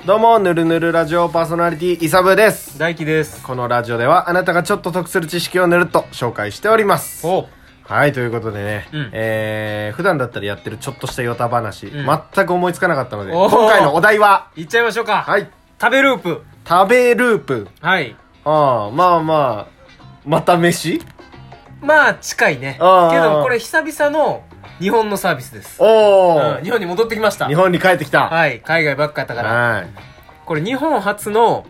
どうもぬるぬるラジオパーソナリティイサブです。 大輝です。 このラジオではあなたがちょっと得する知識をぬるっと紹介しております。はい、ということでね、普段だったらやってるちょっとしたヨタ話、全く思いつかなかったので、今回のお題はいっちゃいましょうか。 はい、 食べループ。 食べループ。 はい。 また飯。 まあ近いね。けどこれ久々の日本のサービスです。日本に戻ってきました。 日本に帰ってきた。 はい、海外ばっかやったから。 はい。 これ日本初の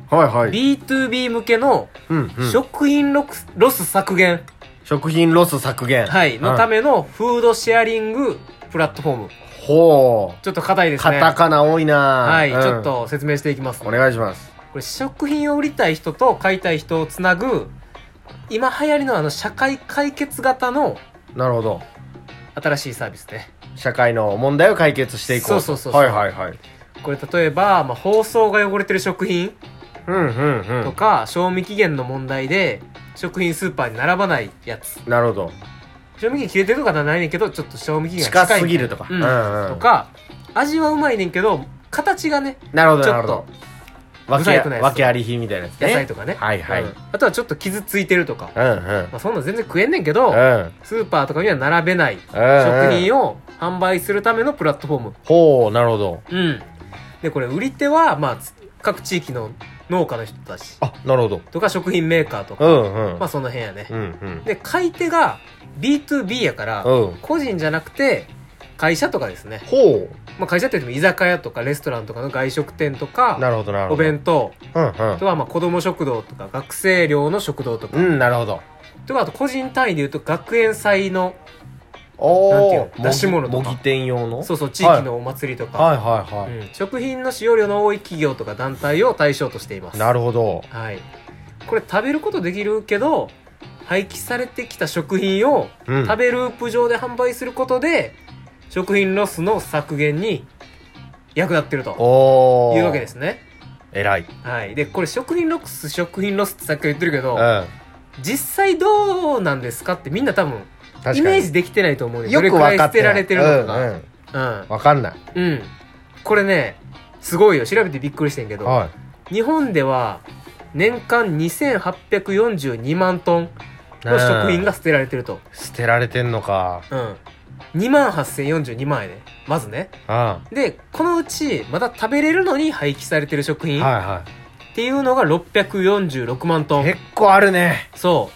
B2B 向けの食品ロス削減。 食品ロス削減。 はい。のためのフードシェアリングプラットフォーム。 ほう。 ちょっと硬いですね。 カタカナ多いな。 はい。ちょっと説明していきます。 お願いします。 これ食品を売りたい人と買いたい人をつなぐ、今流行りの社会解決型の。 なるほど。 新しいサービスね。 社会の問題を解決していこう。 そう。 はいはいはい。 これ例えば、包装が汚れてる食品とか、賞味期限の問題で食品スーパーに並ばないやつ。 なるほど。 賞味期限切れてるとかはないねんけど、ちょっと賞味期限が近すぎるとか。 とか、味はうまいねんけど、形がね、 なるほどなるほど。訳あり品みたいなやつね。 野菜とかね。 はいはい。 あとはちょっと傷ついてるとか。そんな全然食えんねんけど、スーパーとかには並べない食品を販売するためのプラットフォーム。 ほう、なるほど。 で、これ売り手は、各地域の農家の人たち。 なるほど。 とか食品メーカーとか。その辺やね。で、買い手が B2B やから、個人じゃなくて、会社とかですね。 ほう。 会社って言っても居酒屋とかレストランとかの外食店とか、 なるほどなるほど。 お弁当。あとは子供食堂とか学生寮の食堂とか。 なるほど。 とかあと個人単位で言うと学園祭のなんていうの出し物とか。 模擬店用の。 そう地域のお祭りとか。食品の使用量の多い企業とか団体を対象としています。 なるほど。 はい。これ食べることできるけど、廃棄されてきた食品を食べループ上で販売することで、食品ロスの削減に役立ってるというわけですね。 偉い。 はい。で、これ食品ロスってさっきから言ってるけど、実際どうなんですかってみんな多分、イメージできてないと思うね。どれくらい捨てられてるのか。 わかんない。 これね、すごいよ。調べてびっくりしてんけど、日本では年間2842万トンの食品が捨てられてると。 捨てられてんのか。 28,042万円ね。まずね。で、このうち、まだ食べれるのに廃棄されてる食品っていうのが646万トン。 結構あるね。 そう。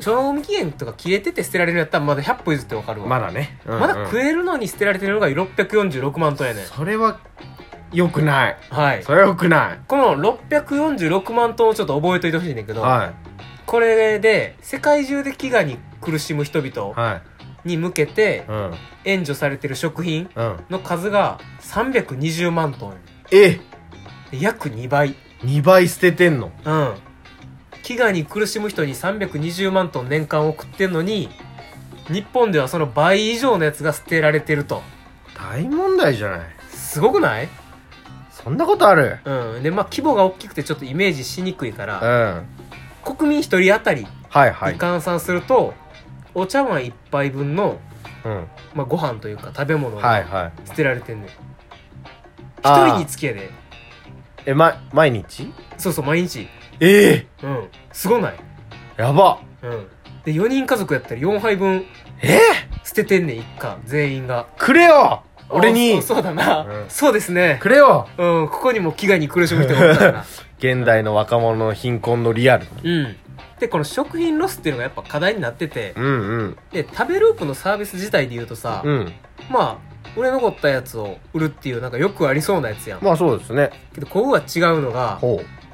賞味期限とか切れてて捨てられるやったらまだ100歩譲ってわかるわ。 まだね。 まだ食えるのに捨てられてるのが646万トンやね。 それは、良くない。 はい。 それは良くない。 この646万トンをちょっと覚えといてほしいねんけど、これで、世界中で飢餓に苦しむ人々に向けて、援助されてる食品の数が320万トン。約2倍。 2倍捨ててんの。 飢餓に苦しむ人に320万トン年間送ってんのに、日本ではその倍以上のやつが捨てられてると。 大問題じゃない。 すごくない？ そんなことある？ で、規模が大きくてちょっとイメージしにくいから、国民一人当たりに換算すると、お茶碗一杯分の、ご飯というか食べ物が捨てられてんねん。一人につきやで。 毎日？ そう、毎日。すごない？ やば。 で、4人家族やったら4杯分、捨ててんねん、一家、全員が。 くれよ俺に。 そうだな。そうですね。 くれよ。 ここにも飢餓に苦しむ人がおったから。 現代の若者の貧困のリアル。 で、この食品ロスっていうのがやっぱ課題になってて、で、食べループのサービス自体で言うとさ、売れ残ったやつを売るっていうなんかよくありそうなやつやん。 そうですね。 けど、ここが違うのが、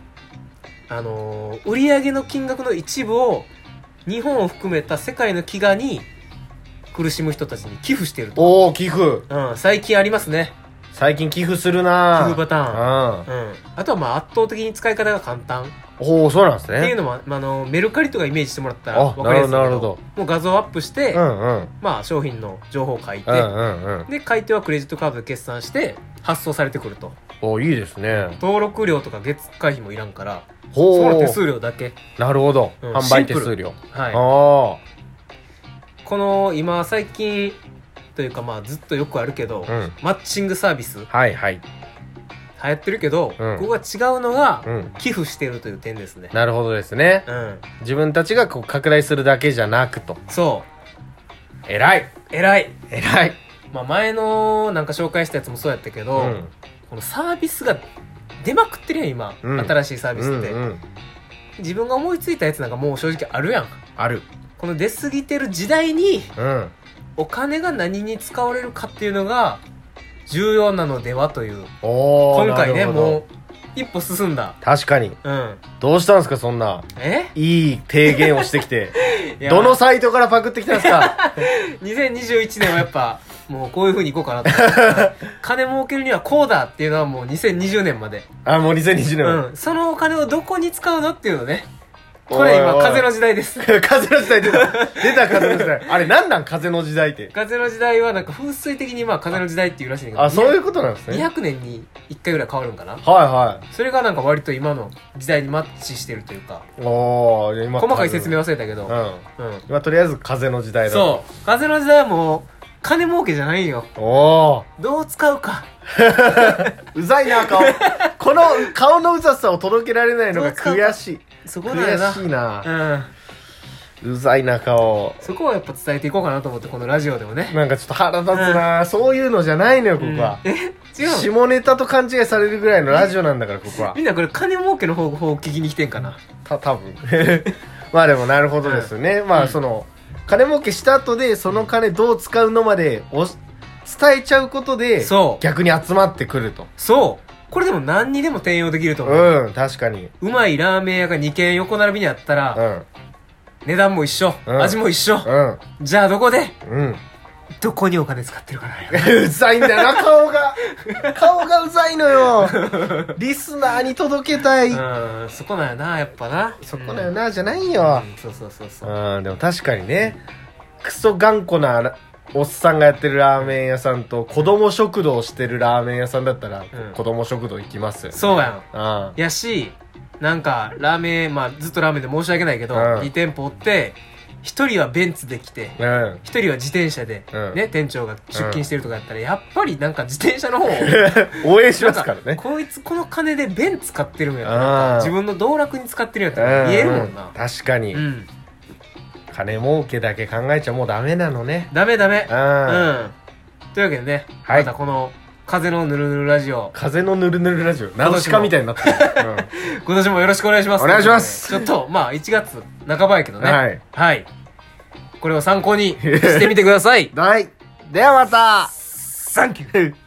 売上の金額の一部を日本を含めた世界の飢餓に苦しむ人たちに寄付していると。 寄付。 最近ありますね。 最近寄付するな。 寄付パターン。あとは圧倒的に使い方が簡単。 そうなんですね。 っていうのも、メルカリとかイメージしてもらったら分かりやすいけど、もう画像アップして、商品の情報を書いて、で、買い手はクレジットカードで決算して発送されてくると。 いいですね。 登録料とか月会費もいらんから、その手数料だけ。 なるほど。販売手数料。 この、今、最近、というかずっとよくあるけど、マッチングサービス。 流行ってるけど、ここが違うのが、寄付してるという点ですね。 なるほどですね。自分たちがこう拡大するだけじゃなくと。 そう。偉い。まあ前のなんか紹介したやつもそうやったけど、このサービスが出まくってるやん、今。新しいサービスって。自分が思いついたやつなんかもう正直あるやん。 ある。 この出過ぎてる時代に、お金が何に使われるかっていうのが重要なのではという。今回ね、もう一歩進んだ。 確かに。どうしたんですか、そんな。いい提言をしてきて。どのサイトからパクってきたんですか 2021年はやっぱ、もうこういう風にいこうかなと。金儲けるにはこうだっていうのはもう2020年まで。 もう2020 年。そのお金をどこに使うのっていうのね。これ今、風の時代です。 風の時代出た。出た風の時代。あれ、なんなん風の時代って。 風の時代はなんか風水的にまあ風の時代っていうらしいんだけど。そういうことなんですね。 200年に1回ぐらい変わるんかな。 はい。 それがなんか割と今の時代にマッチしてるというか。 今細かい説明忘れたけど。 今とりあえず風の時代だ。 そう。風の時代はもう、金儲けじゃないよ。どう使うか。 うざいな、顔。この顔のうざさを届けられないのが悔しい。 そこだよな。 悔しいな。うざいな、顔。 そこをやっぱ伝えていこうかなと思って、このラジオでもね。 なんかちょっと腹立つな。そういうのじゃないのよ、ここは。 違う。 下ネタと勘違いされるぐらいのラジオなんだから、ここは。 みんなこれ金儲けの方を聞きに来てんかな。 多分。まあでもなるほどですね。まあその、金儲けした後でその金どう使うのまで伝えちゃうことで逆に集まってくると。 そうこれでも何にでも転用できると思う。 確かに。 うまいラーメン屋が2軒横並びにあったら、値段も一緒、味も一緒、じゃあどこで、どこにお金使ってるかな。 うざいんだよな、顔がうざいのよ。リスナーに届けたい。 そこなんやな、やっぱな。 そこなんやな、じゃないよ。 そうでも確かにね、クソ頑固なおっさんがやってるラーメン屋さんと子供食堂してるラーメン屋さんだったら、子供食堂行きますよ。 そうやん。やし、なんかラーメン、まあずっとラーメンで申し訳ないけど、2店舗おって、一人はベンツで来て、一人は自転車で、ね、店長が出勤してるとかやったら、やっぱりなんか自転車の方を応援しますからね。 こいつこの金でベンツ買ってるんやったら、自分の道楽に使ってるんやったら言えるもんな。 確かに。金儲けだけ考えちゃもうダメなのね。 ダメ。というわけでね、またこの風のぬるぬるラジオ。 風のぬるぬるラジオ。ナウシカみたいになってる。 今年もよろしくお願いします。 お願いします。 ちょっと、まあ1月半ばやけどね。はい。これを参考にしてみてください。 はい。ではまた。 サンキュー。